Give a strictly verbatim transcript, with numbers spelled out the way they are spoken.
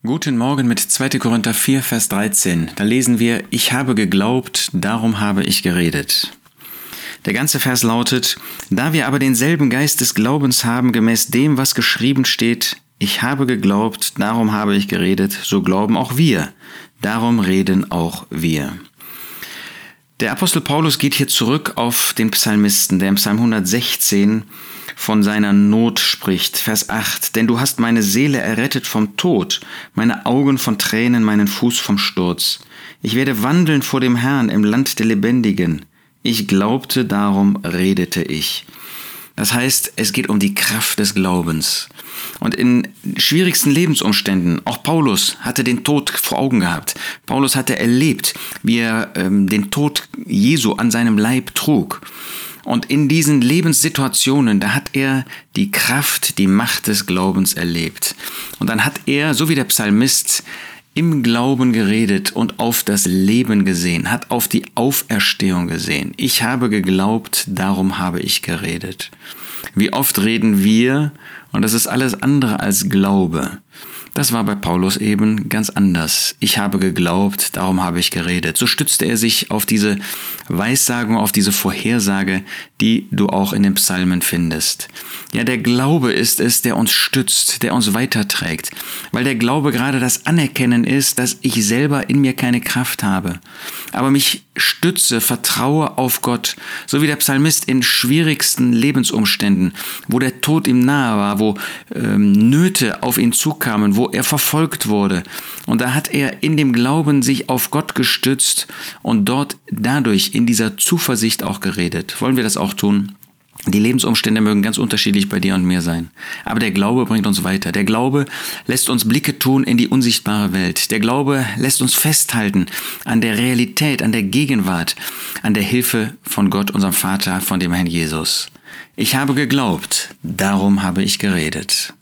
Guten Morgen mit zweiter Korinther vier, Vers dreizehn. Da lesen wir, ich habe geglaubt, darum habe ich geredet. Der ganze Vers lautet, da wir aber denselben Geist des Glaubens haben, gemäß dem, was geschrieben steht, ich habe geglaubt, darum habe ich geredet, so glauben auch wir, darum reden auch wir. Der Apostel Paulus geht hier zurück auf den Psalmisten, der im Psalm hundertsechzehn von seiner Not spricht. Vers acht, denn du hast meine Seele errettet vom Tod, meine Augen von Tränen, meinen Fuß vom Sturz. Ich werde wandeln vor dem Herrn im Land der Lebendigen. Ich glaubte, darum redete ich. Das heißt, es geht um die Kraft des Glaubens. Und in schwierigsten Lebensumständen, auch Paulus hatte den Tod vor Augen gehabt. Paulus hatte erlebt, wie er ähm, den Tod Jesu an seinem Leib trug. Und in diesen Lebenssituationen, da hat er die Kraft, die Macht des Glaubens erlebt. Und dann hat er, so wie der Psalmist, im Glauben geredet und auf das Leben gesehen, hat auf die Auferstehung gesehen. Ich habe geglaubt, darum habe ich geredet. Wie oft reden wir, und das ist alles andere als Glaube. Das war bei Paulus eben ganz anders. Ich habe geglaubt, darum habe ich geredet. So stützte er sich auf diese Weissagung, auf diese Vorhersage, die du auch in den Psalmen findest. Ja, der Glaube ist es, der uns stützt, der uns weiterträgt. Weil der Glaube gerade das Anerkennen ist, dass ich selber in mir keine Kraft habe. Aber mich stütze, vertraue auf Gott. So wie der Psalmist in schwierigsten Lebensumständen, wo der Tod ihm nahe war, wo ähm, Nöte auf ihn zukamen, wo er verfolgt wurde. Und da hat er in dem Glauben sich auf Gott gestützt und dort dadurch in dieser Zuversicht auch geredet. Wollen wir das auch tun? Die Lebensumstände mögen ganz unterschiedlich bei dir und mir sein. Aber der Glaube bringt uns weiter. Der Glaube lässt uns Blicke tun in die unsichtbare Welt. Der Glaube lässt uns festhalten an der Realität, an der Gegenwart, an der Hilfe von Gott, unserem Vater, von dem Herrn Jesus. Ich habe geglaubt, darum habe ich geredet.